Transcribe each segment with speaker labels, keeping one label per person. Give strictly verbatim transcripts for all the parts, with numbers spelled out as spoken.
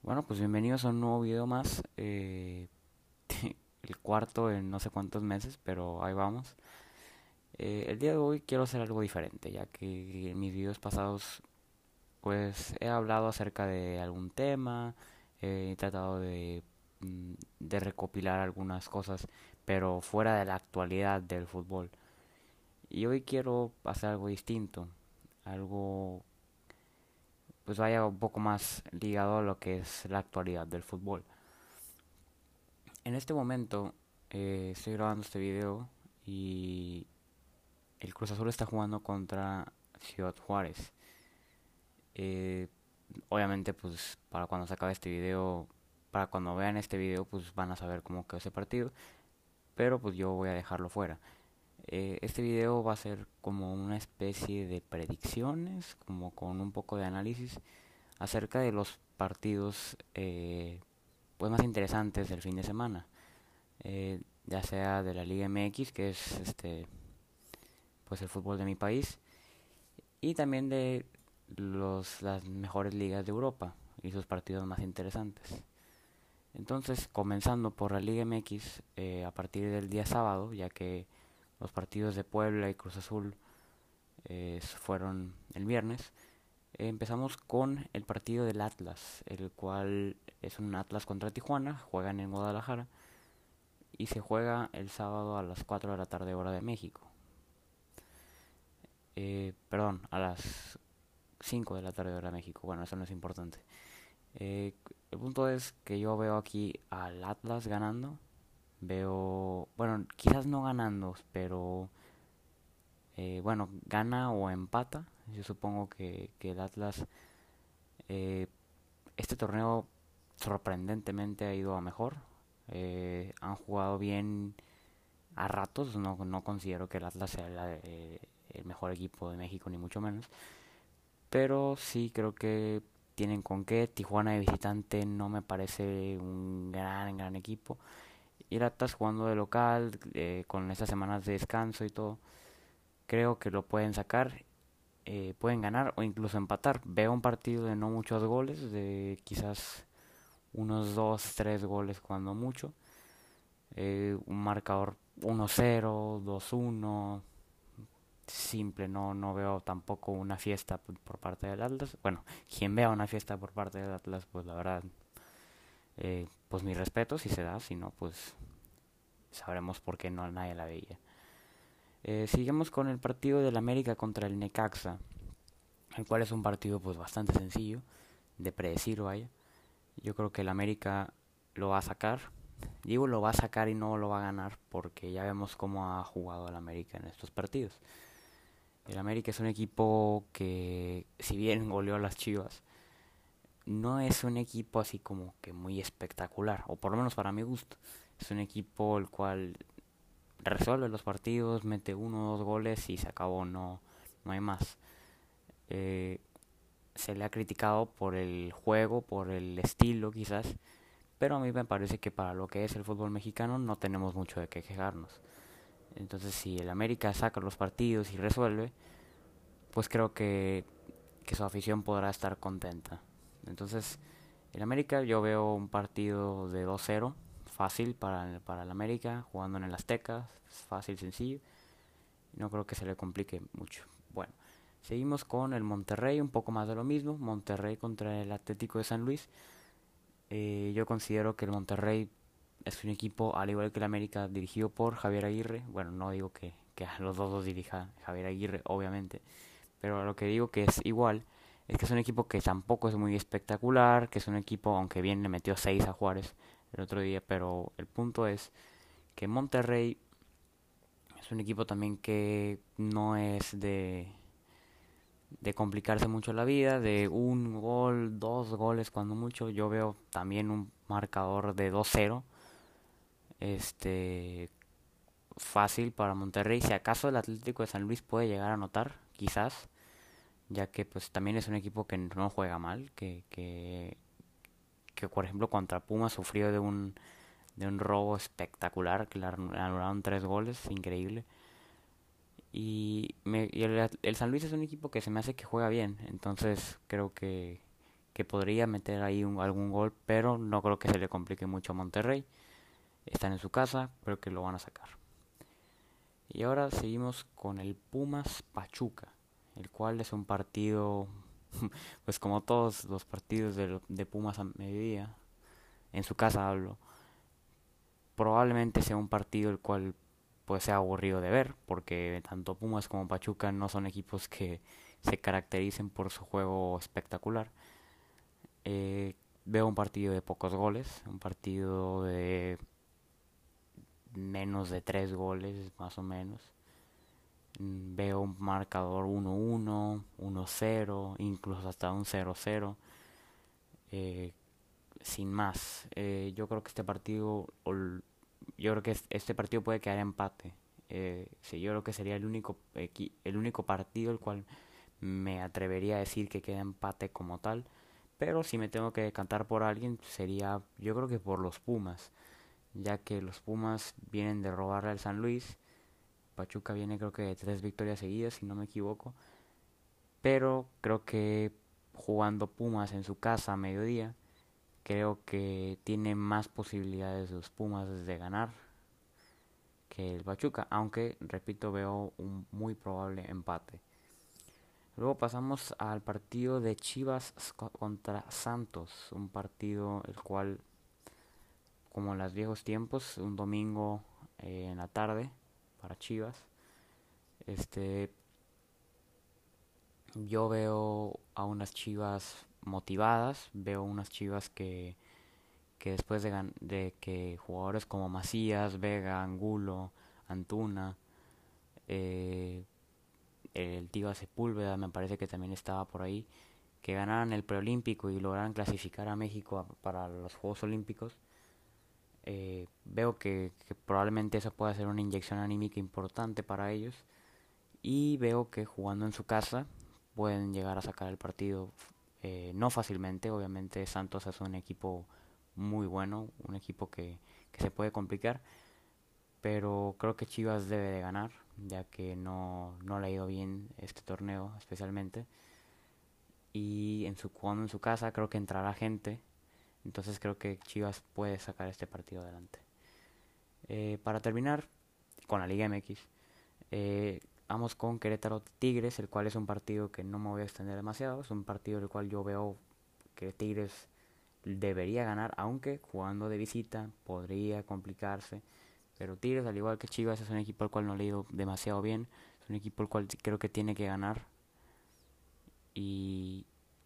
Speaker 1: Bueno, pues bienvenidos a un nuevo video más. eh, el cuarto en no sé cuántos meses, pero ahí vamos. Eh, el día de hoy quiero hacer algo diferente, ya que en mis videos pasados pues he hablado acerca de algún tema, eh, he tratado de, mm, de recopilar algunas cosas, pero fuera de la actualidad del fútbol. Y hoy quiero hacer algo distinto, algo pues vaya un poco más ligado a lo que es la actualidad del fútbol. En este momento eh, estoy grabando este video y el Cruz Azul está jugando contra Ciudad Juárez. Eh, Obviamente, pues para cuando se acabe este video, para cuando vean este video, pues van a saber cómo quedó ese partido. Pero pues yo voy a dejarlo fuera. Eh, este video va a ser como una especie de predicciones, como con un poco de análisis acerca de los partidos eh, pues más interesantes del fin de semana. eh, ya sea de la Liga M X, que es este pues el fútbol de mi país, y también de los, las mejores ligas de Europa y sus partidos más interesantes. Entonces, comenzando por la Liga M X, eh, a partir del día sábado, ya que los partidos de Puebla y Cruz Azul eh, fueron el viernes, eh, empezamos con el partido del Atlas, el cual es un Atlas contra Tijuana, juegan en Guadalajara y se juega el sábado a las cuatro de la tarde hora de México. Eh, perdón, a las cinco de la tarde hora de México. Bueno, eso no es importante. Eh, el punto es que yo veo aquí al Atlas ganando. Veo, bueno, quizás no ganando, pero eh, bueno, gana o empata. Yo supongo que, que el Atlas eh, este torneo sorprendentemente ha ido a mejor. Eh, han jugado bien a ratos. No, no considero que el Atlas sea la- eh, el mejor equipo de México, ni mucho menos. Pero sí creo que tienen con qué. Tijuana de visitante no me parece un gran, gran equipo. Y el Atlas jugando de local, eh, con estas semanas de descanso y todo, creo que lo pueden sacar, eh, pueden ganar o incluso empatar. Veo un partido de no muchos goles, de quizás unos dos tres goles cuando mucho. Eh, un marcador uno cero, dos uno, simple. No, no veo tampoco una fiesta por parte del Atlas. Bueno, quien vea una fiesta por parte del Atlas, pues la verdad, eh, pues mi respeto si se da, si no, pues sabremos por qué no nadie la veía. Eh, seguimos con el partido del América contra el Necaxa, el cual es un partido pues bastante sencillo de predecir, vaya. Yo creo que el América lo va a sacar. Digo lo va a sacar y no lo va a ganar porque ya vemos cómo ha jugado el América en estos partidos. El América es un equipo que, si bien goleó a las Chivas, no es un equipo así como que muy espectacular, o por lo menos para mi gusto. Es un equipo el cual resuelve los partidos, mete uno o dos goles y se acabó, no, no hay más. Eh, Se le ha criticado por el juego, por el estilo quizás, pero a mí me parece que para lo que es el fútbol mexicano no tenemos mucho de qué quejarnos. Entonces si el América saca los partidos y resuelve, pues creo que, que su afición podrá estar contenta. Entonces, el América yo veo un partido de dos cero, fácil para, para el América, jugando en el Azteca, fácil, sencillo. No creo que se le complique mucho. Bueno, seguimos con el Monterrey, un poco más de lo mismo. Monterrey contra el Atlético de San Luis. Eh, yo considero que el Monterrey es un equipo, al igual que el América, dirigido por Javier Aguirre. Bueno, no digo que, que a los dos los dirija Javier Aguirre, obviamente, pero lo que digo que es igual es que es un equipo que tampoco es muy espectacular, que es un equipo, aunque bien le metió seis a Juárez el otro día, pero el punto es que Monterrey es un equipo también que no es de, de complicarse mucho la vida, de un gol, dos goles cuando mucho. Yo veo también un marcador de dos cero, este, fácil para Monterrey. Si acaso el Atlético de San Luis puede llegar a anotar, quizás, ya que pues también es un equipo que no juega mal, que, que, que por ejemplo contra Pumas sufrió de un, de un robo espectacular, que le anularon tres goles, increíble. Y, me, y el, el San Luis es un equipo que se me hace que juega bien, entonces creo que, que podría meter ahí un- algún gol, pero no creo que se le complique mucho a Monterrey. Están en su casa, creo que lo van a sacar. Y ahora seguimos con el Pumas Pachuca, el cual es un partido, pues como todos los partidos de, lo- de Pumas a mediodía, en su casa hablo, probablemente sea un partido el cual pues sea aburrido de ver, porque tanto Pumas como Pachuca no son equipos que se caractericen por su juego espectacular. Eh, Veo un partido de pocos goles, un partido de menos de tres goles más o menos. Mm, Veo un marcador uno uno, uno cero, incluso hasta un cero cero. eh, Sin más. Eh, yo creo que este partido, ol- yo creo que es- este partido puede quedar empate. Eh, sí, yo creo que sería el único, equi- el único partido el cual me atrevería a decir que queda empate como tal. Pero si me tengo que decantar por alguien, sería yo creo que por los Pumas, ya que los Pumas vienen de robarle al San Luis. Pachuca viene creo que de tres victorias seguidas, si no me equivoco. Pero creo que jugando Pumas en su casa a mediodía, creo que tiene más posibilidades los Pumas de ganar que el Pachuca, aunque repito veo un muy probable empate. Luego pasamos al partido de Chivas contra Santos, un partido el cual, como en los viejos tiempos, un domingo eh, en la tarde para Chivas. Este, yo veo a unas Chivas motivadas, veo unas Chivas que, que después de, gan- de que jugadores como Macías, Vega, Angulo, Antuna, eh, el Tiva Sepúlveda me parece que también estaba por ahí, que ganaran el preolímpico y lograran clasificar a México a- para los Juegos Olímpicos. Eh, veo que, que probablemente eso pueda ser una inyección anímica importante para ellos, y veo que jugando en su casa pueden llegar a sacar el partido, eh, no fácilmente. Obviamente Santos es un equipo muy bueno, un equipo que, que se puede complicar, pero creo que Chivas debe de ganar, ya que no, no le ha ido bien este torneo especialmente, y en su, jugando en su casa creo que entrará gente, entonces creo que Chivas puede sacar este partido adelante. Eh, para terminar con la Liga M X, eh, vamos con Querétaro Tigres, el cual es un partido que no me voy a extender demasiado, es un partido el cual yo veo que Tigres debería ganar, aunque jugando de visita podría complicarse. Pero Tigres, al igual que Chivas, es un equipo al cual no le ha ido demasiado bien. Es un equipo al cual creo que tiene que ganar. Y,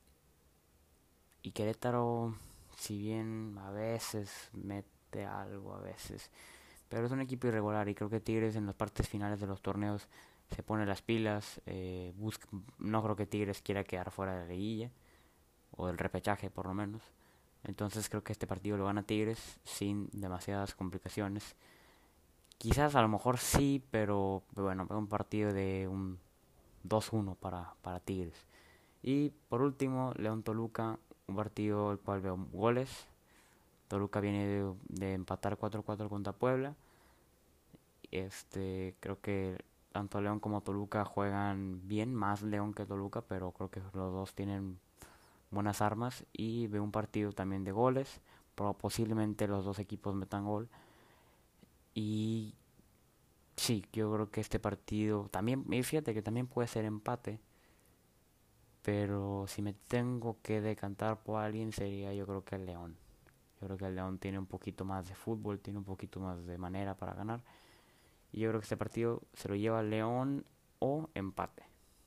Speaker 1: y Querétaro, si bien a veces mete algo, a veces. Pero es un equipo irregular, y creo que Tigres en las partes finales de los torneos se pone las pilas. Eh, busca, no creo que Tigres quiera quedar fuera de la liguilla, o del repechaje por lo menos. Entonces creo que este partido lo gana Tigres sin demasiadas complicaciones. Quizás a lo mejor sí, pero bueno, un partido de un dos uno para, para Tigres. Y por último, León Toluca, un partido el cual veo goles. Toluca viene de, de empatar cuatro cuatro contra Puebla. Este, creo que tanto León como Toluca juegan bien, más León que Toluca, pero creo que los dos tienen buenas armas, y veo un partido también de goles, pero posiblemente los dos equipos metan gol. Y sí, yo creo que este partido también, y fíjate que también puede ser empate, pero si me tengo que decantar por alguien sería yo creo que el León. Yo creo que el León tiene un poquito más de fútbol, tiene un poquito más de manera para ganar. Y yo creo que este partido se lo lleva León o empate.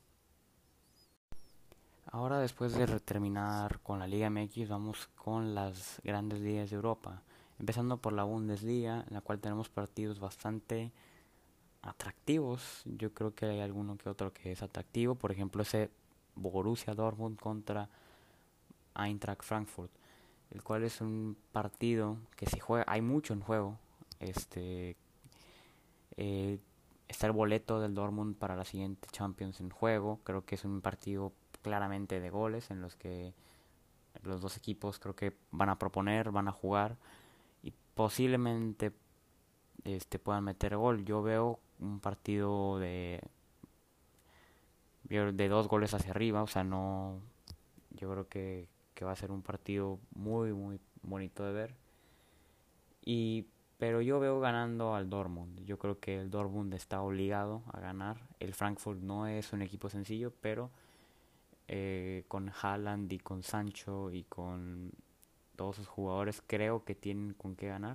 Speaker 1: Ahora, después de terminar con la Liga M X, vamos con las grandes ligas de Europa. Empezando por la Bundesliga, en la cual tenemos partidos bastante atractivos. Yo creo que hay alguno que otro que es atractivo. Por ejemplo, ese Borussia Dortmund contra Eintracht Frankfurt, el cual es un partido que se juega, hay mucho en juego. Este, eh, Está el boleto del Dortmund para la siguiente Champions en juego. Creo que es un partido claramente de goles, en los que los dos equipos creo que van a proponer, van a jugar, y posiblemente este puedan meter gol. Yo veo un partido de de dos goles hacia arriba, o sea, no, yo creo que, que va a ser un partido muy, muy bonito de ver. Y, pero yo veo ganando al Dortmund. Yo creo que el Dortmund está obligado a ganar. El Frankfurt no es un equipo sencillo, pero eh, con Haaland y con Sancho y con todos sus jugadores creo que tienen con qué ganar.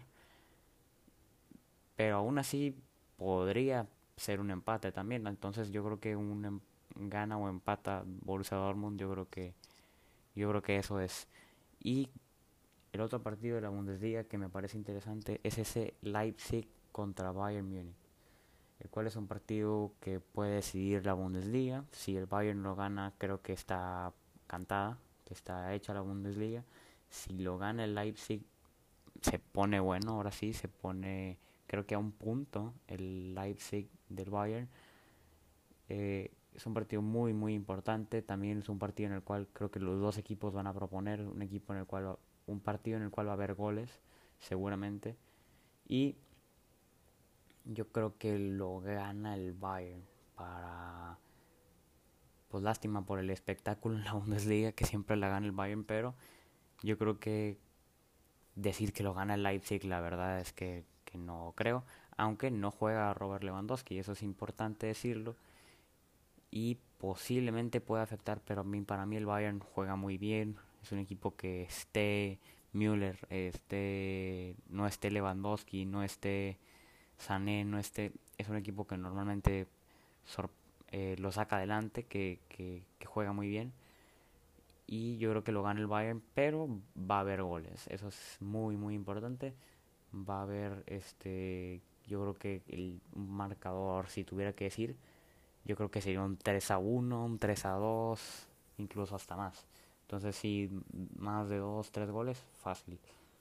Speaker 1: Pero aún así podría ser un empate también. Entonces yo creo que un em- gana o empata Borussia Dortmund. Yo creo que yo creo que eso es. Y el otro partido de la Bundesliga que me parece interesante es ese Leipzig contra Bayern Múnich, el cual es un partido que puede decidir la Bundesliga. Si el Bayern lo gana, creo que está cantada, que está hecha la Bundesliga. Si lo gana el Leipzig, se pone bueno, ahora sí, se pone, creo que a un punto el Leipzig del Bayern. Eh, es un partido muy, muy importante. También es un partido en el cual creo que los dos equipos van a proponer, un equipo en el cual, un partido en el cual va a haber goles, seguramente. Y yo creo que lo gana el Bayern para, pues lástima por el espectáculo en la Bundesliga que siempre la gana el Bayern, pero yo creo que decir que lo gana el Leipzig la verdad es que, que no creo, aunque no juega Robert Lewandowski, eso es importante decirlo y posiblemente pueda afectar, pero a mí, para mí el Bayern juega muy bien, es un equipo que esté Müller, esté, no esté Lewandowski, no esté Sané, no esté, es un equipo que normalmente sor- eh, lo saca adelante, que, que, que juega muy bien y yo creo que lo gana el Bayern, pero va a haber goles, eso es muy muy importante, va a haber este, yo creo que el marcador, si tuviera que decir, yo creo que sería un tres a uno, un tres a dos, incluso hasta más. Entonces sí, más de dos, tres goles, fácil.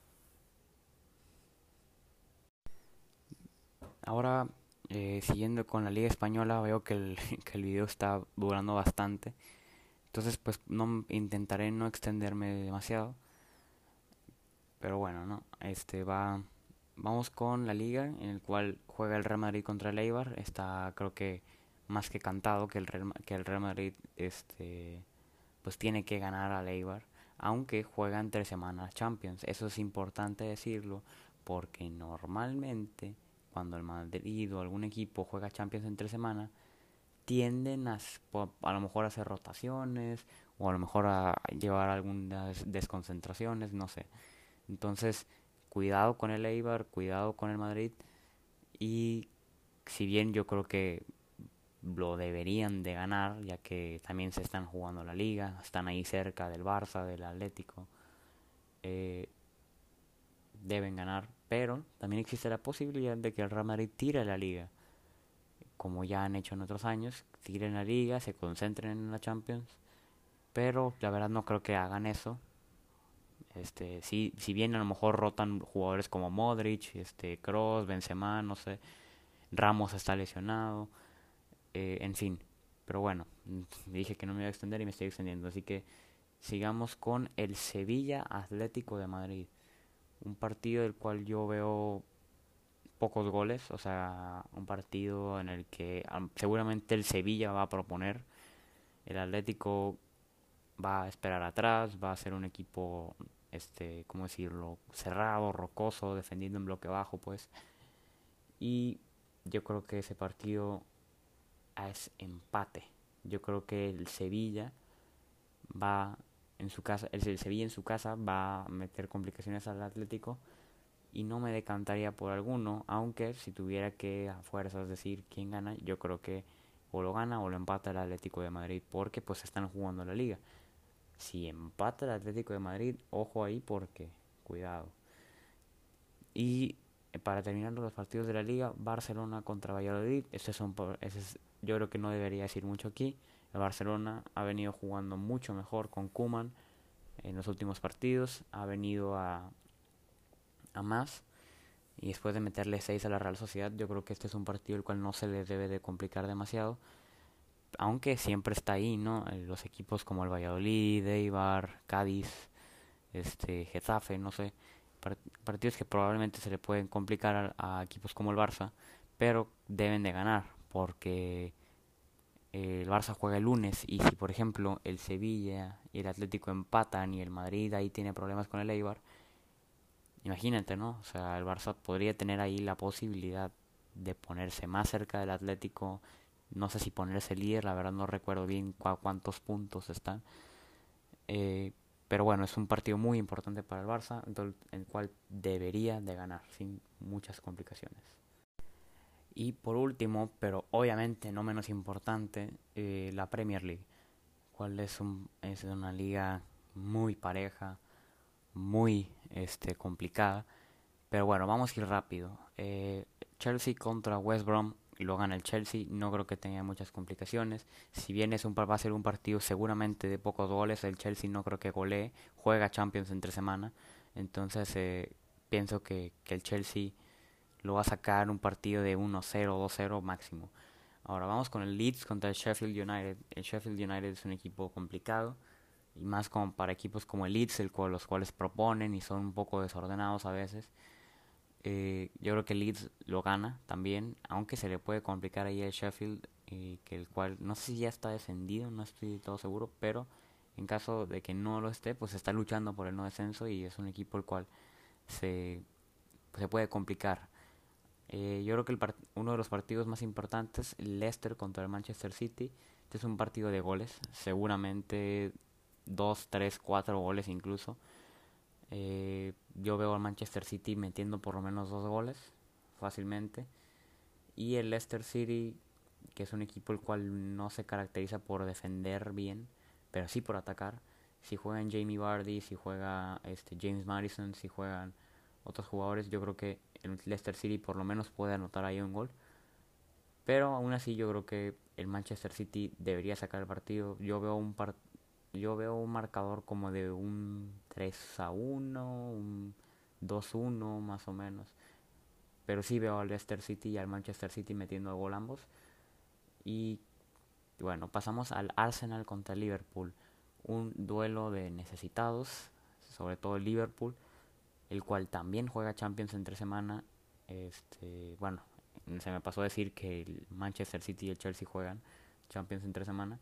Speaker 1: Ahora, eh, siguiendo con la Liga Española, veo que el, que el video está durando bastante. Entonces, pues no intentaré no extenderme demasiado. Pero bueno, no. Este va. Vamos con la liga en el cual juega el Real Madrid contra el Eibar. Está, creo que más que cantado que el Real, Ma- que el Real Madrid, este, pues tiene que ganar al Eibar, aunque juega entre semanas Champions. Eso es importante decirlo porque normalmente cuando el Madrid o algún equipo juega Champions entre semana, tienden a, s- po- a lo mejor a hacer rotaciones o a lo mejor a llevar algunas desconcentraciones, no sé. Entonces, cuidado con el Eibar, cuidado con el Madrid y si bien yo creo que lo deberían de ganar, ya que también se están jugando la liga, están ahí cerca del Barça, del Atlético, eh, deben ganar, pero también existe la posibilidad de que el Real Madrid tire la liga, como ya han hecho en otros años, tiren la liga, se concentren en la Champions, pero la verdad no creo que hagan eso. Este, si, si bien a lo mejor rotan jugadores como Modric, este, Kroos, Benzema, no sé, Ramos está lesionado, eh, en fin. Pero bueno, mm, dije que no me iba a extender y me estoy extendiendo, así que sigamos con el Sevilla Atlético de Madrid. Un partido del cual yo veo pocos goles, o sea, un partido en el que am, seguramente el Sevilla va a proponer, el Atlético va a esperar atrás, va a ser un equipo, este, ¿cómo decirlo? Cerrado, rocoso, defendiendo en bloque bajo, pues. Y yo creo que ese partido es empate. Yo creo que el Sevilla va en su casa, el Sevilla en su casa va a meter complicaciones al Atlético y no me decantaría por alguno, aunque si tuviera que a fuerzas decir quién gana, yo creo que o lo gana o lo empata el Atlético de Madrid, porque pues están jugando la liga. Si empata el Atlético de Madrid, ojo ahí porque cuidado. Y para terminar los partidos de la liga, Barcelona contra Valladolid, ese son, ese es, yo creo que no debería decir mucho aquí. El Barcelona ha venido jugando mucho mejor con Koeman en los últimos partidos, ha venido a, a más y después de meterle seis a la Real Sociedad, yo creo que este es un partido el cual no se le debe de complicar demasiado, aunque siempre está ahí, ¿no? Eh, Los equipos como el Valladolid, Eibar, Cádiz, este, Getafe, no sé, part- partidos que probablemente se le pueden complicar a, a equipos como el Barça, pero deben de ganar, porque eh, el Barça juega el lunes y si por ejemplo el Sevilla y el Atlético empatan y el Madrid ahí tiene problemas con el Eibar, imagínate, ¿no? O sea, el Barça podría tener ahí la posibilidad de ponerse más cerca del Atlético, no sé si ponerse líder, la verdad no recuerdo bien cu cuántos puntos están. Eh, pero bueno, es un partido muy importante para el Barça, entonces, el cual debería de ganar sin muchas complicaciones. Y por último, pero obviamente no menos importante, eh, la Premier League, cual es, un, es una liga muy pareja, muy este, complicada. Pero bueno, vamos a ir rápido. Eh, Chelsea contra West Brom y lo gana el Chelsea. No creo que tenga muchas complicaciones. Si bien es un, va a ser un partido seguramente de pocos goles, el Chelsea no creo que golee. Juega Champions entre semana. Entonces eh, pienso que, que el Chelsea lo va a sacar un partido de uno cero, dos cero máximo. Ahora vamos con el Leeds contra el Sheffield United. El Sheffield United es un equipo complicado y más como para equipos como el Leeds, el cual, los cuales proponen y son un poco desordenados a veces. Eh, yo creo que Leeds lo gana también, aunque se le puede complicar ahí el Sheffield, eh, que el cual no sé si ya está descendido, no estoy todo seguro, pero en caso de que no lo esté, pues está luchando por el no descenso y es un equipo el cual se, se puede complicar. Eh, yo creo que el part- uno de los partidos más importantes, el Leicester contra el Manchester City, este es un partido de goles, seguramente dos, tres, cuatro goles incluso. Eh, yo veo al Manchester City metiendo por lo menos dos goles fácilmente. Y el Leicester City, que es un equipo el cual no se caracteriza por defender bien, pero sí por atacar. Si juegan Jamie Vardy, si juega este James Maddison, si juegan otros jugadores, yo creo que el Leicester City por lo menos puede anotar ahí un gol. Pero aún así yo creo que el Manchester City debería sacar el partido. Yo veo un par yo veo un marcador como de un tres a uno, un dos uno más o menos. Pero sí veo al Leicester City y al Manchester City metiendo el gol ambos. Y bueno, pasamos al Arsenal contra Liverpool. Un duelo de necesitados, sobre todo el Liverpool, el cual también juega Champions entre semana. Este, bueno, se me pasó a decir que el Manchester City y el Chelsea juegan Champions entre semana.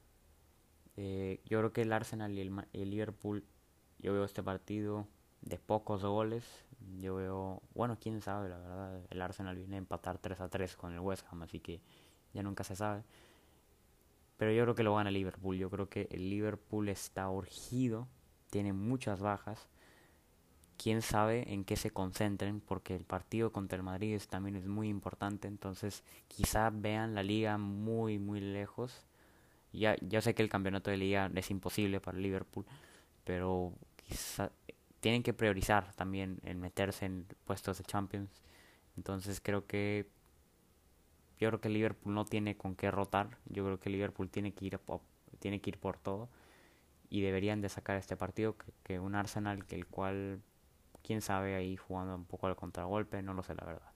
Speaker 1: Eh, yo creo que el Arsenal y el, el Liverpool, yo veo este partido de pocos goles. Yo veo, bueno, quién sabe, la verdad. El Arsenal viene a empatar tres a tres con el West Ham, así que ya nunca se sabe. Pero yo creo que lo gana el Liverpool. Yo creo que el Liverpool está urgido, tiene muchas bajas. Quién sabe en qué se concentren, porque el partido contra el Madrid es, también es muy importante. Entonces, quizá vean la liga muy, muy lejos. Ya, ya sé que el campeonato de liga es imposible para el Liverpool, pero quizá tienen que priorizar también en meterse en puestos de Champions. Entonces creo que yo creo que el Liverpool no tiene con qué rotar. Yo creo que el Liverpool tiene que ir a, tiene que ir por todo y deberían de sacar este partido que, que un Arsenal que el cual quién sabe ahí jugando un poco al contragolpe, no lo sé la verdad.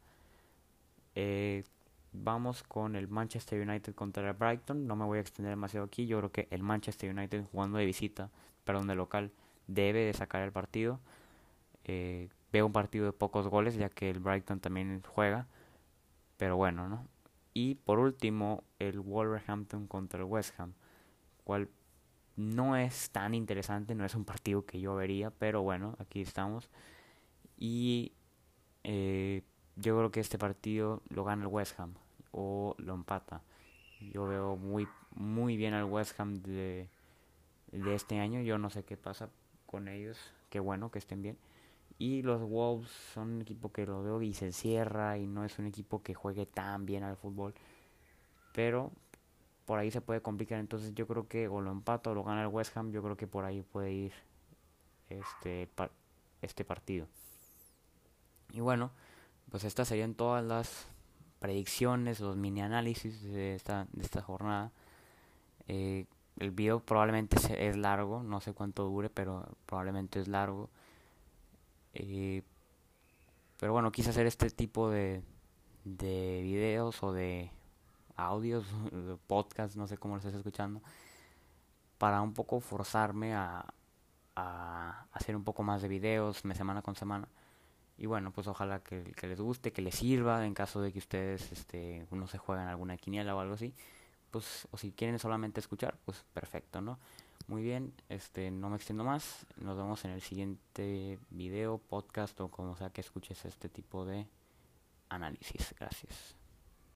Speaker 1: Eh, Vamos con el Manchester United contra el Brighton. No me voy a extender demasiado aquí. Yo creo que el Manchester United jugando de visita, perdón, de local, debe de sacar el partido. Eh, veo un partido de pocos goles, ya que el Brighton también juega. Pero bueno, ¿no? Y por último, el Wolverhampton contra el West Ham, cual no es tan interesante, no es un partido que yo vería, pero bueno, aquí estamos. Y eh, yo creo que este partido lo gana el West Ham o lo empata. Yo veo muy muy bien al West Ham de, de este año. Yo no sé qué pasa con ellos. Qué bueno que estén bien. Y los Wolves son un equipo que lo veo y se encierra y no es un equipo que juegue tan bien al fútbol. Pero por ahí se puede complicar. Entonces yo creo que o lo empata o lo gana el West Ham. Yo creo que por ahí puede ir este, par este partido. Y bueno, pues estas serían todas las predicciones, los mini análisis de esta, de esta jornada. Eh, el video probablemente es largo, no sé cuánto dure, pero probablemente es largo. Eh, pero bueno, quise hacer este tipo de, de videos o de audios, de podcast, no sé cómo lo estés escuchando, para un poco forzarme a, a hacer un poco más de videos semana con semana. Y bueno, pues ojalá que, que les guste, que les sirva en caso de que ustedes este, no se jueguen alguna quiniela o algo así. pues, o si quieren solamente escuchar, pues perfecto, ¿no? Muy bien, este, no me extiendo más. Nos vemos en el siguiente video, podcast o como sea que escuches este tipo de análisis. Gracias.